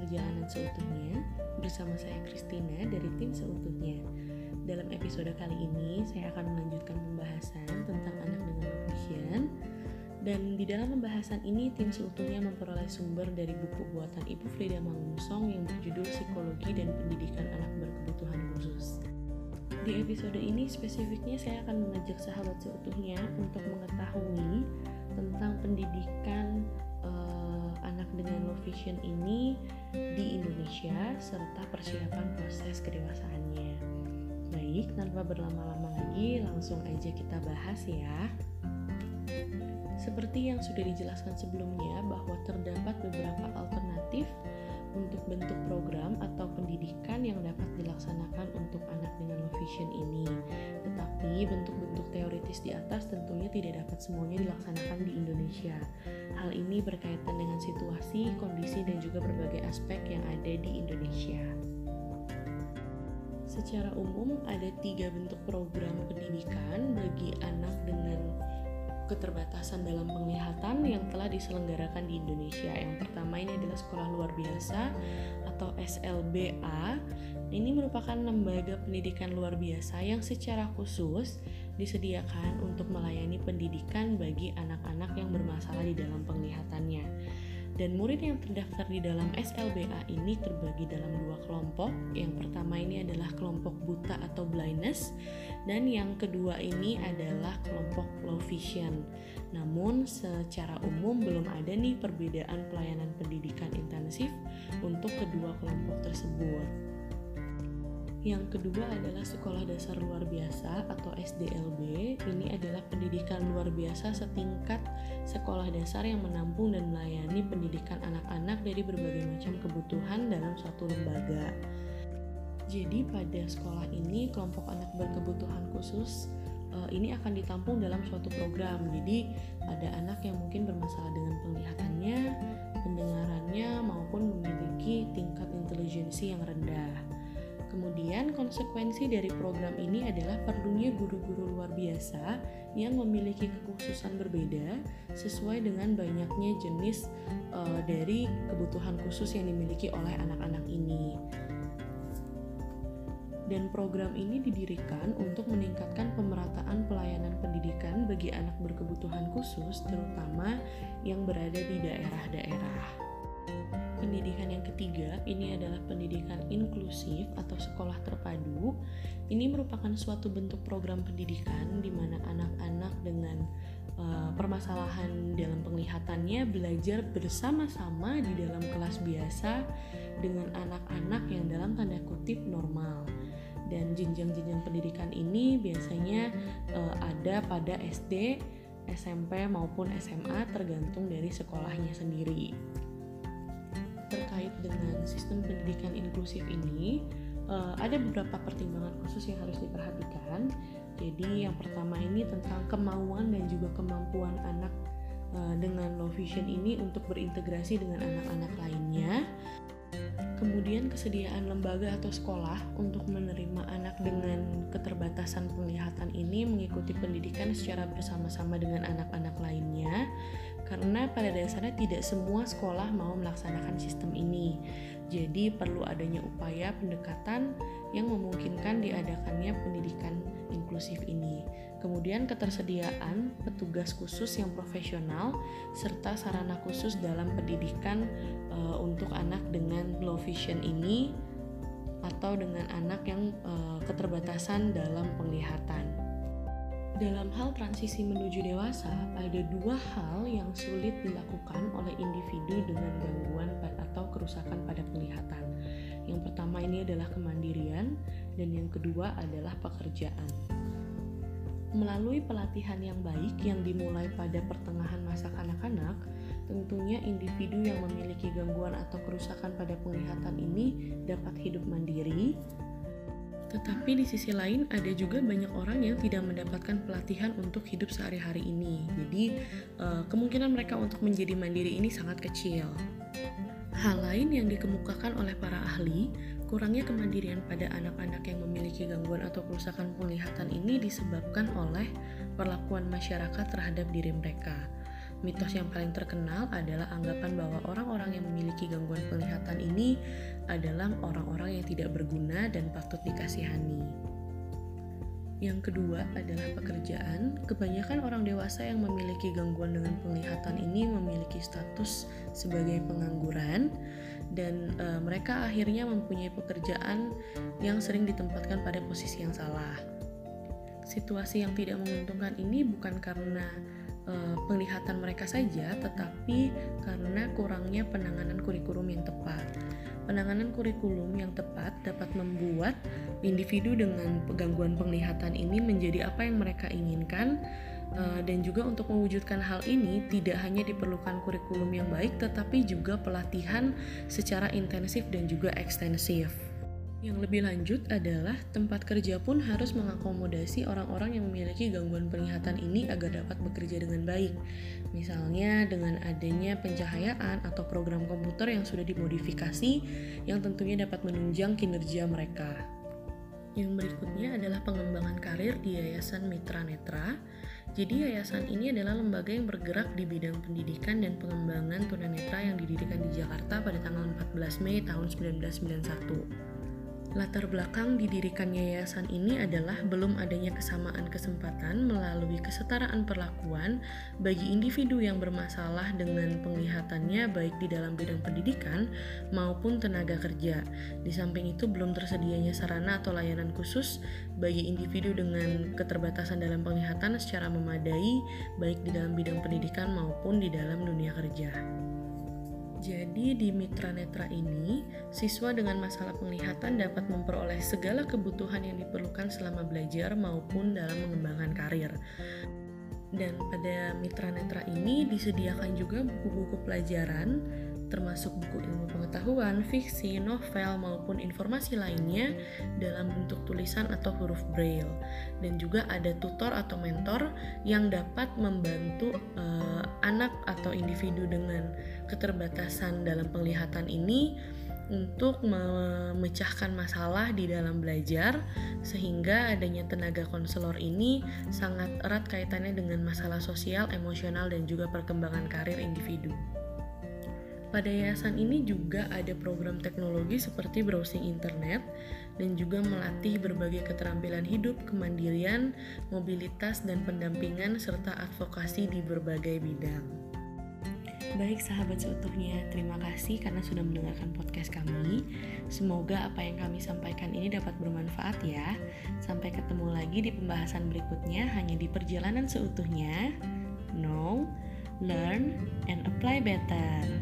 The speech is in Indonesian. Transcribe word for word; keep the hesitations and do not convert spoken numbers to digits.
Perjalanan Seutuhnya bersama saya Christina dari tim Seutuhnya. Dalam episode kali ini saya akan melanjutkan pembahasan tentang anak dengan low vision, dan di dalam pembahasan ini tim Seutuhnya memperoleh sumber dari buku buatan Ibu Frida Mangunsong yang berjudul Psikologi dan Pendidikan Anak Berkebutuhan Khusus. Di episode ini spesifiknya saya akan mengajak sahabat Seutuhnya untuk mengetahui tentang pendidikan uh, anak dengan low vision ini di Indonesia serta persiapan proses kedewasaannya. Baik, tanpa berlama-lama lagi, langsung aja kita bahas ya. Seperti yang sudah dijelaskan sebelumnya bahwa terdapat beberapa alternatif untuk bentuk program atau pendidikan yang dapat dilaksanakan untuk anak dengan low vision ini. Tetapi bentuk-bentuk teoritis di atas tentunya tidak dapat semuanya dilaksanakan di Indonesia. Hal ini berkaitan dengan situasi, kondisi, dan juga berbagai aspek yang ada di Indonesia. Secara umum ada tiga bentuk program pendidikan bagi anak dengan keterbatasan dalam penglihatan yang telah diselenggarakan di Indonesia. Yang pertama ini adalah sekolah luar biasa atau S L B A. Ini merupakan lembaga pendidikan luar biasa yang secara khusus disediakan untuk melayani pendidikan bagi anak-anak yang bermasalah di dalam penglihatannya. Dan murid yang terdaftar di dalam S L B A ini terbagi dalam dua kelompok. Yang pertama ini adalah kelompok buta atau blindness, dan yang kedua ini adalah kelompok low vision. Namun secara umum belum ada nih perbedaan pelayanan pendidikan intensif untuk kedua kelompok tersebut. Yang kedua adalah sekolah dasar luar biasa atau S D L B. Ini adalah pendidikan luar biasa setingkat sekolah dasar yang menampung dan melayani pendidikan anak-anak dari berbagai macam kebutuhan dalam suatu lembaga. Jadi pada sekolah ini kelompok anak berkebutuhan khusus uh, ini akan ditampung dalam suatu program. Jadi ada anak yang mungkin bermasalah dengan penglihatannya, pendengarannya, maupun memiliki tingkat intelijensi yang rendah. Kemudian konsekuensi dari program ini adalah perlunya guru-guru luar biasa yang memiliki kekhususan berbeda sesuai dengan banyaknya jenis uh, dari kebutuhan khusus yang dimiliki oleh anak-anak ini. Dan program ini didirikan untuk meningkatkan pemerataan pelayanan pendidikan bagi anak berkebutuhan khusus, terutama yang berada di daerah-daerah. Pendidikan yang ketiga ini adalah pendidikan inklusif atau sekolah terpadu. Ini merupakan suatu bentuk program pendidikan di mana anak-anak dengan uh, permasalahan dalam penglihatannya belajar bersama-sama di dalam kelas biasa dengan anak-anak yang dalam tanda kutip normal. Dan jenjang-jenjang pendidikan ini biasanya uh, ada pada S D, S M P maupun S M A tergantung dari sekolahnya sendiri. Terkait dengan sistem pendidikan inklusif ini, uh, ada beberapa pertimbangan khusus yang harus diperhatikan. Jadi yang pertama ini tentang kemauan dan juga kemampuan anak uh, dengan low vision ini untuk berintegrasi dengan anak-anak lainnya. Kemudian kesediaan lembaga atau sekolah untuk menerima anak dengan keterbatasan penglihatan ini mengikuti pendidikan secara bersama-sama dengan anak-anak lainnya, karena pada dasarnya tidak semua sekolah mau melaksanakan sistem ini. Jadi perlu adanya upaya pendekatan yang memungkinkan diadakannya pendidikan inklusif ini. Kemudian ketersediaan petugas khusus yang profesional serta sarana khusus dalam pendidikan e, untuk anak dengan low vision ini atau dengan anak yang e, keterbatasan dalam penglihatan. Dalam hal transisi menuju dewasa, ada dua hal yang sulit dilakukan oleh individu dengan gangguan atau kerusakan pada penglihatan. Yang pertama ini adalah kemandirian, dan yang kedua adalah pekerjaan. Melalui pelatihan yang baik yang dimulai pada pertengahan masa kanak-kanak, tentunya individu yang memiliki gangguan atau kerusakan pada penglihatan ini dapat hidup mandiri. Tetapi di sisi lain ada juga banyak orang yang tidak mendapatkan pelatihan untuk hidup sehari-hari ini. Jadi eh, kemungkinan mereka untuk menjadi mandiri ini sangat kecil. Hal lain yang dikemukakan oleh para ahli, kurangnya kemandirian pada anak-anak yang memiliki gangguan atau kerusakan penglihatan ini disebabkan oleh perlakuan masyarakat terhadap diri mereka. Mitos yang paling terkenal adalah anggapan bahwa orang-orang yang memiliki gangguan penglihatan ini adalah orang-orang yang tidak berguna dan patut dikasihani. Yang kedua adalah pekerjaan. Kebanyakan orang dewasa yang memiliki gangguan dengan penglihatan ini memiliki status sebagai pengangguran dan e, mereka akhirnya mempunyai pekerjaan yang sering ditempatkan pada posisi yang salah. Situasi yang tidak menguntungkan ini bukan karena e, penglihatan mereka saja, tetapi karena kurangnya penanganan kurikulum yang tepat. Penanganan kurikulum yang tepat dapat membuat individu dengan gangguan penglihatan ini menjadi apa yang mereka inginkan, e, dan juga untuk mewujudkan hal ini tidak hanya diperlukan kurikulum yang baik, tetapi juga pelatihan secara intensif dan juga ekstensif. Yang lebih lanjut adalah tempat kerja pun harus mengakomodasi orang-orang yang memiliki gangguan penglihatan ini agar dapat bekerja dengan baik. Misalnya dengan adanya pencahayaan atau program komputer yang sudah dimodifikasi yang tentunya dapat menunjang kinerja mereka. Yang berikutnya adalah pengembangan karir di Yayasan Mitra Netra. Jadi yayasan ini adalah lembaga yang bergerak di bidang pendidikan dan pengembangan tunanetra yang didirikan di Jakarta pada tanggal empat belas Mei tahun seribu sembilan ratus sembilan puluh satu. Latar belakang didirikannya yayasan ini adalah belum adanya kesamaan kesempatan melalui kesetaraan perlakuan bagi individu yang bermasalah dengan penglihatannya baik di dalam bidang pendidikan maupun tenaga kerja. Di samping itu belum tersedianya sarana atau layanan khusus bagi individu dengan keterbatasan dalam penglihatan secara memadai baik di dalam bidang pendidikan maupun di dalam dunia kerja. Jadi di Mitra Netra ini, siswa dengan masalah penglihatan dapat memperoleh segala kebutuhan yang diperlukan selama belajar maupun dalam mengembangkan karir. Dan pada Mitra Netra ini disediakan juga buku-buku pelajaran, termasuk buku ilmu pengetahuan, fiksi, novel, maupun informasi lainnya dalam bentuk tulisan atau huruf braille. Dan juga ada tutor atau mentor yang dapat membantu uh, anak atau individu dengan keterbatasan dalam penglihatan ini untuk memecahkan masalah di dalam belajar, sehingga adanya tenaga konselor ini sangat erat kaitannya dengan masalah sosial, emosional, dan juga perkembangan karir individu. Pada yayasan ini juga ada program teknologi seperti browsing internet dan juga melatih berbagai keterampilan hidup, kemandirian, mobilitas, dan pendampingan serta advokasi di berbagai bidang. Baik sahabat seutuhnya, terima kasih karena sudah mendengarkan podcast kami. Semoga apa yang kami sampaikan ini dapat bermanfaat ya. Sampai ketemu lagi di pembahasan berikutnya hanya di Perjalanan Seutuhnya. Know, learn, and apply better.